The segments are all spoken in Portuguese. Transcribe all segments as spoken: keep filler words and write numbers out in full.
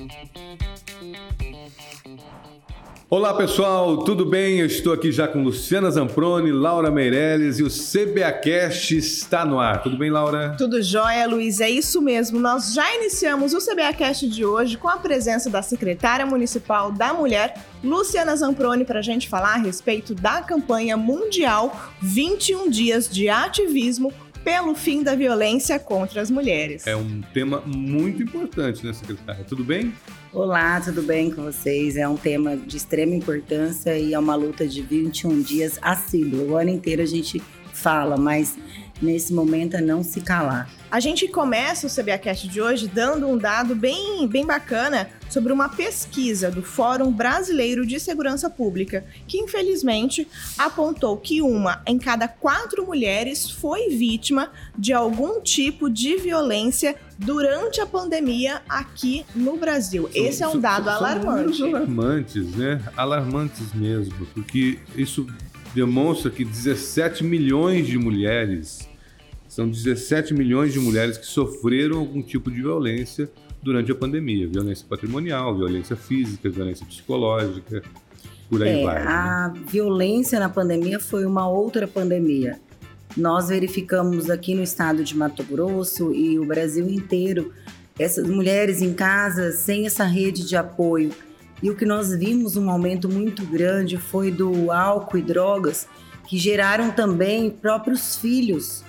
Olá pessoal, tudo bem? Eu estou aqui já com Luciana Zamproni, Laura Meirelles e o C B A Cast está no ar. Tudo bem, Laura? Tudo jóia, Luiz. É isso mesmo. Nós já iniciamos o C B A Cast de hoje com a presença da secretária municipal da Mulher, Luciana Zamproni, para a gente falar a respeito da campanha mundial vinte e um dias de ativismo pelo fim da violência contra as mulheres. É um tema muito importante, né, secretária? Tudo bem? Olá, tudo bem com vocês? É um tema de extrema importância e é uma luta de vinte e um dias assíduo. O ano inteiro a gente fala, mas nesse momento é não se calar. A gente começa o C B A Cast de hoje dando um dado bem, bem bacana sobre uma pesquisa do Fórum Brasileiro de Segurança Pública, que infelizmente apontou que uma em cada quatro mulheres foi vítima de algum tipo de violência durante a pandemia aqui no Brasil. São, Esse é um dado são, alarmante. São alarmantes, né? Alarmantes mesmo, porque isso demonstra que dezessete milhões de mulheres, são dezessete milhões de mulheres que sofreram algum tipo de violência durante a pandemia. Violência patrimonial, violência física, violência psicológica, por aí é, vai. A né? violência na pandemia foi uma outra pandemia. Nós verificamos aqui no estado de Mato Grosso e o Brasil inteiro essas mulheres em casa sem essa rede de apoio. E o que nós vimos um aumento muito grande foi do álcool e drogas, que geraram também próprios filhos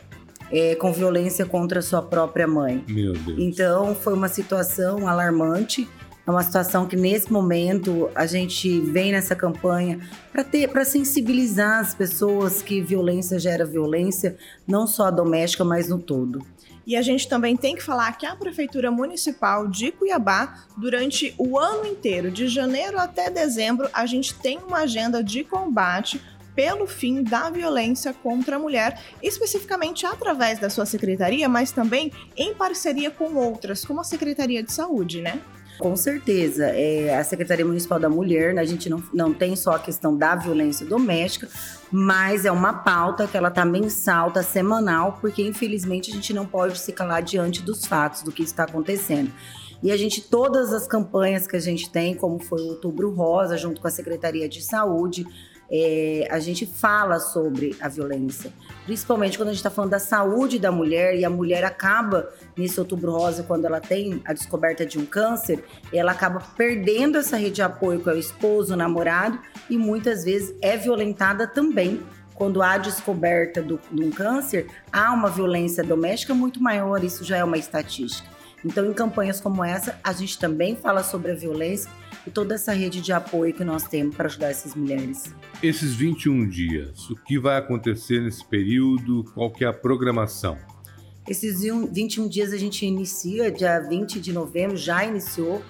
é, com violência contra a sua própria mãe. Meu Deus. Então foi uma situação alarmante, é uma situação que nesse momento a gente vem nessa campanha para ter, para sensibilizar as pessoas que violência gera violência, não só a doméstica, mas no todo. E a gente também tem que falar que a Prefeitura Municipal de Cuiabá, durante o ano inteiro, de janeiro até dezembro, a gente tem uma agenda de combate pelo fim da violência contra a mulher, especificamente através da sua secretaria, mas também em parceria com outras, como a Secretaria de Saúde, né? Com certeza, é, a Secretaria Municipal da Mulher, né, a gente não, não tem só a questão da violência doméstica, mas é uma pauta que ela tá mensal, tá semanal, porque infelizmente a gente não pode se calar diante dos fatos, do que está acontecendo. E a gente, todas as campanhas que a gente tem, como foi o Outubro Rosa, junto com a Secretaria de Saúde, É, a gente fala sobre a violência, principalmente quando a gente está falando da saúde da mulher e a mulher acaba nesse Outubro Rosa, quando ela tem a descoberta de um câncer, ela acaba perdendo essa rede de apoio que é o esposo, o namorado, e muitas vezes é violentada também. Quando há descoberta do, de um câncer, há uma violência doméstica muito maior, isso já é uma estatística. Então, em campanhas como essa, a gente também fala sobre a violência e toda essa rede de apoio que nós temos para ajudar essas mulheres. Esses vinte e um dias, o que vai acontecer nesse período? Qual que é a programação? Esses vinte e um dias a gente inicia, dia vinte de novembro, já iniciou,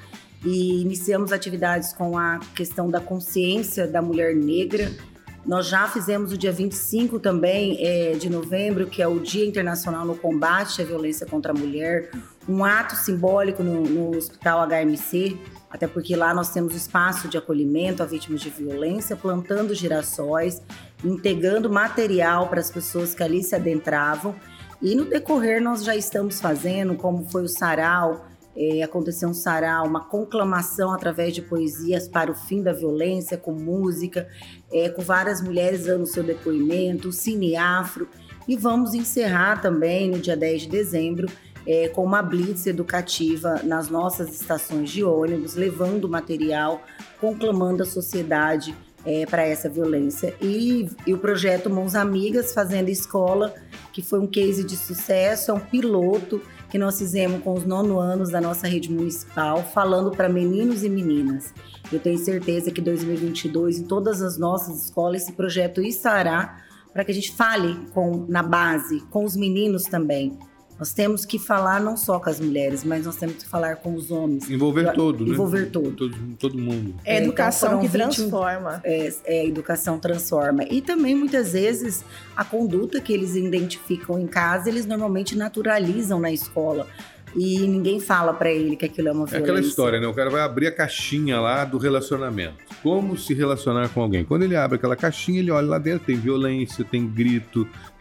e iniciamos atividades com a questão da consciência da mulher negra. Nós já fizemos o dia vinte e cinco também é, de novembro, que é o Dia Internacional no Combate à Violência contra a Mulher, um ato simbólico no, no Hospital H M C, até porque lá nós temos espaço de acolhimento a vítimas de violência, plantando girassóis, entregando material para as pessoas que ali se adentravam. E no decorrer nós já estamos fazendo, como foi o sarau, é, aconteceu um sarau, uma conclamação através de poesias para o fim da violência, com música, é, com várias mulheres dando seu depoimento, o Cine Afro. E vamos encerrar também no dia dez de dezembro, É, com uma blitz educativa nas nossas estações de ônibus, levando material, conclamando a sociedade é, para essa violência. E, e o projeto Mãos Amigas, Fazendo Escola, que foi um case de sucesso, é um piloto que nós fizemos com os nono anos da nossa rede municipal, falando para meninos e meninas. Eu tenho certeza que em dois mil e vinte e dois, em todas as nossas escolas, esse projeto estará para que a gente fale com, na base, com os meninos também. Nós temos que falar não só com as mulheres, mas nós temos que falar com os homens. Envolver todo, né? Envolver todo. Todo, todo mundo. É educação então, que vinte, transforma. É, é, educação transforma. E também, muitas vezes, a conduta que eles identificam em casa, eles normalmente naturalizam na escola. E ninguém fala pra ele que aquilo é uma violência. É aquela história, né? O cara vai abrir a caixinha lá do relacionamento. Como se relacionar com alguém. Quando ele abre aquela caixinha, ele olha lá dentro, tem violência, tem grito,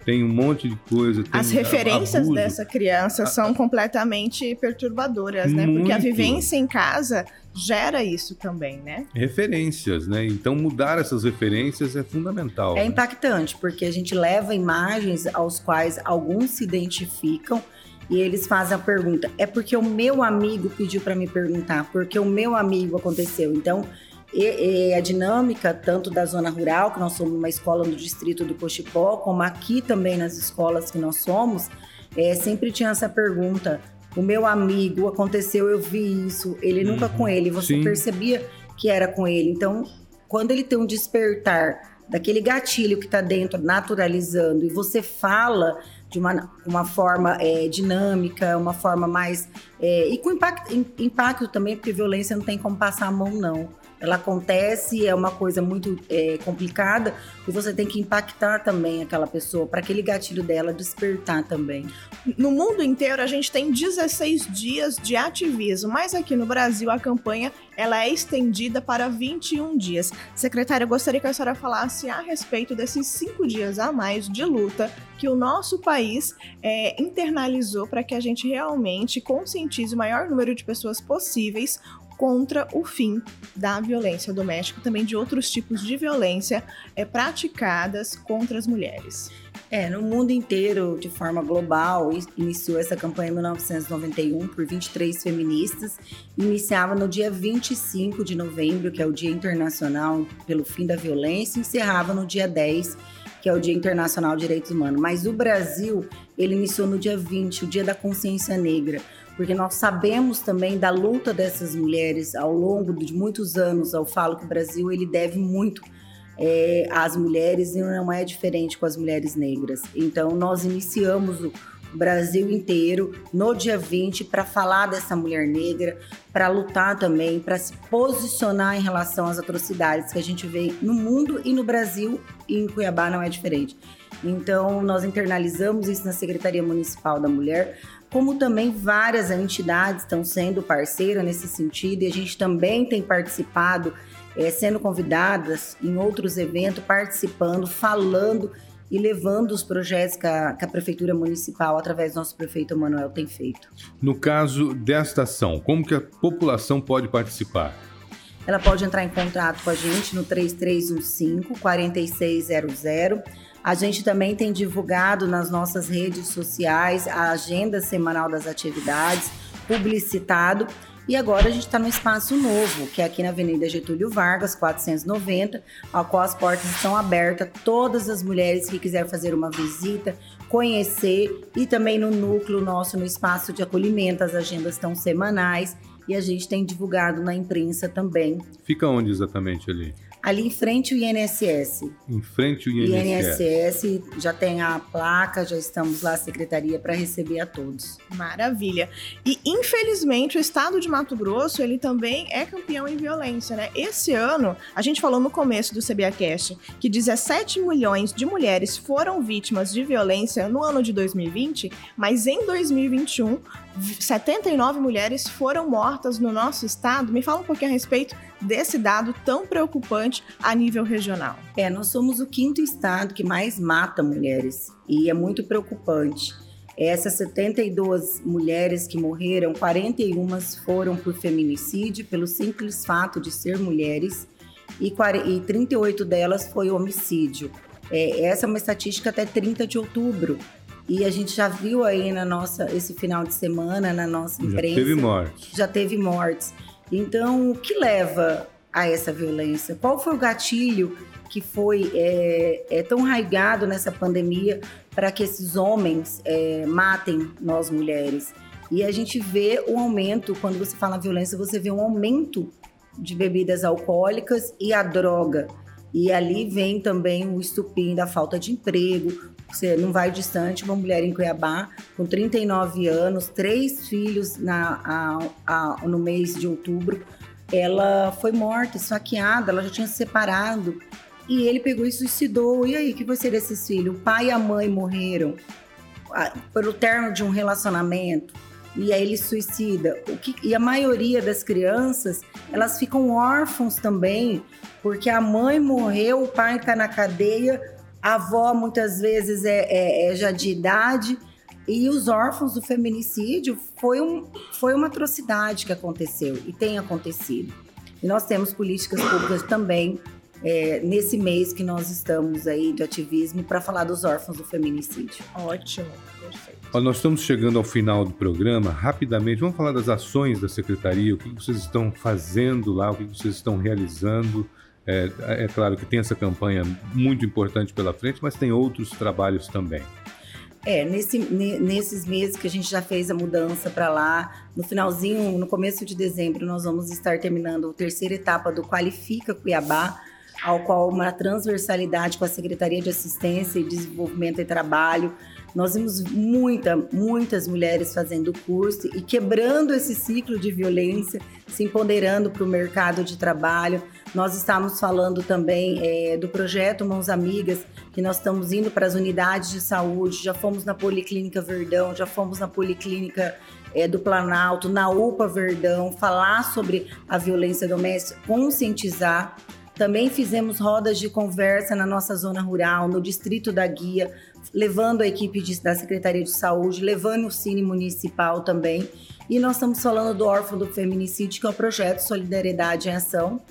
tem um monte de coisa. Tem As referências abuso. dessa criança são completamente perturbadoras, né? Muito. Porque a vivência em casa gera isso também, né? Referências, né? Então mudar essas referências é fundamental. É né? impactante, porque a gente leva imagens aos quais alguns se identificam e eles fazem a pergunta, é porque o meu amigo pediu para me perguntar, porque o meu amigo aconteceu. Então, e, e a dinâmica tanto da zona rural, que nós somos uma escola no distrito do Cochipó, como aqui também nas escolas que nós somos, é, sempre tinha essa pergunta, o meu amigo aconteceu, eu vi isso, ele nunca Uhum. com ele, você Sim. percebia que era com ele. Então, quando ele tem um despertar daquele gatilho que está dentro, naturalizando, e você fala de uma, uma forma é, dinâmica, uma forma mais... É, e com impacto, impacto também, porque violência não tem como passar a mão, não. Ela acontece, é uma coisa muito é, complicada, e você tem que impactar também aquela pessoa, para aquele gatilho dela despertar também. No mundo inteiro, a gente tem dezesseis dias de ativismo, mas aqui no Brasil, a campanha ela é estendida para vinte e um dias. Secretária, eu gostaria que a senhora falasse a respeito desses cinco dias a mais de luta que o nosso país é, internalizou para que a gente realmente conscientize o maior número de pessoas possíveis contra o fim da violência doméstica, também de outros tipos de violência é, praticadas contra as mulheres. É, no mundo inteiro, de forma global, iniciou essa campanha em mil novecentos e noventa e um por vinte e três feministas. Iniciava no dia vinte e cinco de novembro, que é o Dia Internacional pelo Fim da Violência, e encerrava no dia dez, que é o Dia Internacional de Direitos Humanos. Mas o Brasil, ele iniciou no dia vinte, o Dia da Consciência Negra, porque nós sabemos também da luta dessas mulheres ao longo de muitos anos. Eu falo que o Brasil ele deve muito é, às mulheres e não é diferente com as mulheres negras. Então, nós iniciamos o Brasil inteiro no dia vinte para falar dessa mulher negra, para lutar também, para se posicionar em relação às atrocidades que a gente vê no mundo e no Brasil, e em Cuiabá não é diferente. Então, nós internalizamos isso na Secretaria Municipal da Mulher, como também várias entidades estão sendo parceiras nesse sentido, e a gente também tem participado, é, sendo convidadas em outros eventos, participando, falando e levando os projetos que a, que a Prefeitura Municipal, através do nosso prefeito Emanuel, tem feito. No caso desta ação, como que a população pode participar? Ela pode entrar em contato com a gente no três três um cinco, quatro seis zero zero. A gente também tem divulgado nas nossas redes sociais a agenda semanal das atividades, publicitado. E agora a gente está no espaço novo, que é aqui na Avenida Getúlio Vargas, quatrocentos e noventa, ao qual as portas estão abertas. Todas as mulheres que quiserem fazer uma visita, conhecer, e também no núcleo nosso, no espaço de acolhimento, as agendas estão semanais e a gente tem divulgado na imprensa também. Fica onde exatamente ali? Ali em frente ao I N S S. Em frente ao I N S S. I N S S, já tem a placa, já estamos lá, a secretaria, para receber a todos. Maravilha. E, infelizmente, o estado de Mato Grosso, ele também é campeão em violência, né? Esse ano, a gente falou no começo do SebiaCast que dezessete milhões de mulheres foram vítimas de violência no ano de dois mil e vinte, mas em dois mil e vinte e um, setenta e nove mulheres foram mortas no nosso estado. Me fala um pouquinho a respeito desse dado tão preocupante a nível regional. É, nós somos o quinto estado que mais mata mulheres e é muito preocupante. Essas setenta e duas mulheres que morreram, quarenta e uma foram por feminicídio, pelo simples fato de ser mulheres, e trinta e oito delas foi homicídio. É, essa é uma estatística até trinta de outubro. E a gente já viu aí na nossa, esse final de semana, na nossa imprensa... Já teve mortes. Já teve mortes. Então, o que leva a essa violência? Qual foi o gatilho que foi é, é, tão arraigado nessa pandemia para que esses homens é, matem nós mulheres? E a gente vê o aumento, quando você fala violência, você vê um aumento de bebidas alcoólicas e a droga. E ali vem também o estupim da falta de emprego. Você não vai distante, uma mulher em Cuiabá, com trinta e nove anos, três filhos na, a, a, no mês de outubro, ela foi morta, esfaqueada, ela já tinha se separado. E ele pegou e suicidou. E aí, o que vai ser desses filhos? O pai e a mãe morreram a, pelo término de um relacionamento. E aí ele suicida. O que, e a maioria das crianças, elas ficam órfãos também, porque a mãe morreu, o pai está na cadeia, A avó, muitas vezes, é, é, é já de idade. E os órfãos do feminicídio foi, um, foi uma atrocidade que aconteceu e tem acontecido. E nós temos políticas públicas também é, nesse mês que nós estamos aí de ativismo para falar dos órfãos do feminicídio. Ótimo, perfeito. Ó, nós estamos chegando ao final do programa. Rapidamente, vamos falar das ações da Secretaria, o que vocês estão fazendo lá, o que vocês estão realizando. É, é claro que tem essa campanha muito importante pela frente, mas tem outros trabalhos também. É, nesse, nesses meses que a gente já fez a mudança para lá, no finalzinho, no começo de dezembro, nós vamos estar terminando a terceira etapa do Qualifica Cuiabá, ao qual uma transversalidade com a Secretaria de Assistência e Desenvolvimento e Trabalho. Nós vimos muita, muitas mulheres fazendo o curso e quebrando esse ciclo de violência, se empoderando para o mercado de trabalho. Nós estamos falando também é, do projeto Mãos Amigas, que nós estamos indo para as unidades de saúde, já fomos na Policlínica Verdão, já fomos na Policlínica é, do Planalto, na U P A Verdão, falar sobre a violência doméstica, conscientizar. Também fizemos rodas de conversa na nossa zona rural, no Distrito da Guia, levando a equipe de, da Secretaria de Saúde, levando o Cine Municipal também. E nós estamos falando do órfão do feminicídio, que é o projeto Solidariedade em Ação,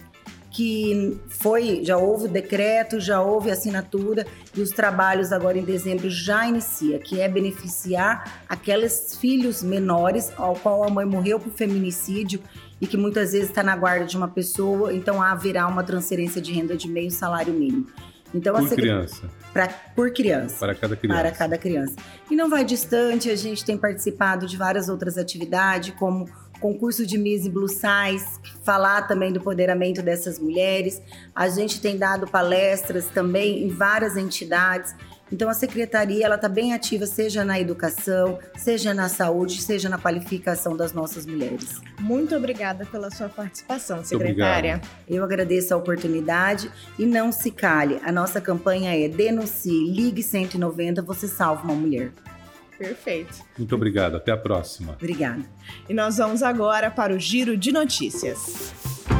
que foi, já houve o decreto, já houve assinatura e os trabalhos agora em dezembro já inicia, que é beneficiar aqueles filhos menores ao qual a mãe morreu por feminicídio e que muitas vezes está na guarda de uma pessoa, então haverá uma transferência de renda de meio salário mínimo. Então, por a secret... criança. Pra... Por criança. Para cada criança. Para cada criança. E não vai distante, a gente tem participado de várias outras atividades, como concurso de Miss e Blue Size, falar também do empoderamento dessas mulheres. A gente tem dado palestras também em várias entidades. Então, a Secretaria ela está bem ativa, seja na educação, seja na saúde, seja na qualificação das nossas mulheres. Muito obrigada pela sua participação, secretária. Eu agradeço a oportunidade e não se cale. A nossa campanha é Denuncie, Ligue cento e noventa, você salva uma mulher. Perfeito. Muito obrigado, até a próxima. Obrigada. E nós vamos agora para o Giro de Notícias.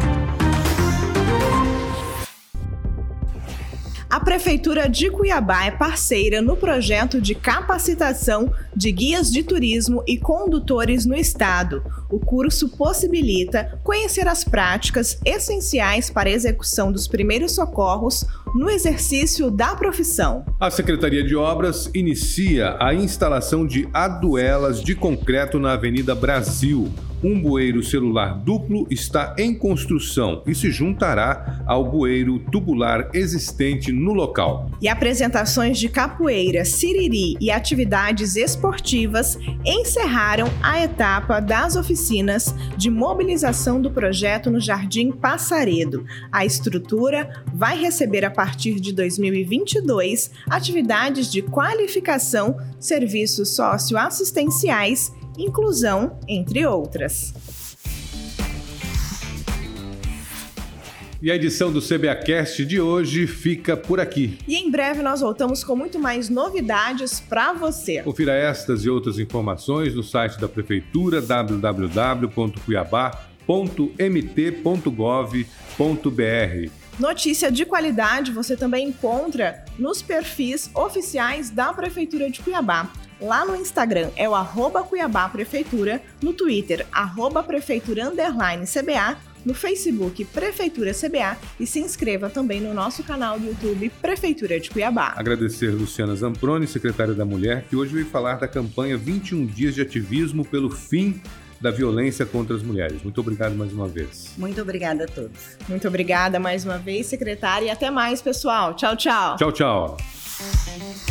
A Prefeitura de Cuiabá é parceira no projeto de capacitação de guias de turismo e condutores no estado. O curso possibilita conhecer as práticas essenciais para a execução dos primeiros socorros no exercício da profissão. A Secretaria de Obras inicia a instalação de aduelas de concreto na Avenida Brasil. Um bueiro celular duplo está em construção e se juntará ao bueiro tubular existente no local. E apresentações de capoeira, siriri e atividades esportivas encerraram a etapa das oficinas de mobilização do projeto no Jardim Passaredo. A estrutura vai receber a partir de dois mil e vinte e dois atividades de qualificação, serviços socioassistenciais, inclusão, entre outras. E a edição do C B A Cast de hoje fica por aqui. E em breve nós voltamos com muito mais novidades para você. Confira estas e outras informações no site da Prefeitura, w w w ponto cuiabá ponto m t ponto gov ponto b r. Notícia de qualidade você também encontra nos perfis oficiais da Prefeitura de Cuiabá. Lá no Instagram é o arroba Cuiabá Prefeitura, no Twitter, arroba Prefeitura underline C B A, no Facebook Prefeitura C B A e se inscreva também no nosso canal do YouTube Prefeitura de Cuiabá. Agradecer Luciana Zamproni, secretária da Mulher, que hoje veio falar da campanha vinte e um dias de ativismo pelo fim da violência contra as mulheres. Muito obrigado mais uma vez. Muito obrigada a todos. Muito obrigada mais uma vez, secretária, e até mais, pessoal. Tchau, tchau. Tchau, tchau.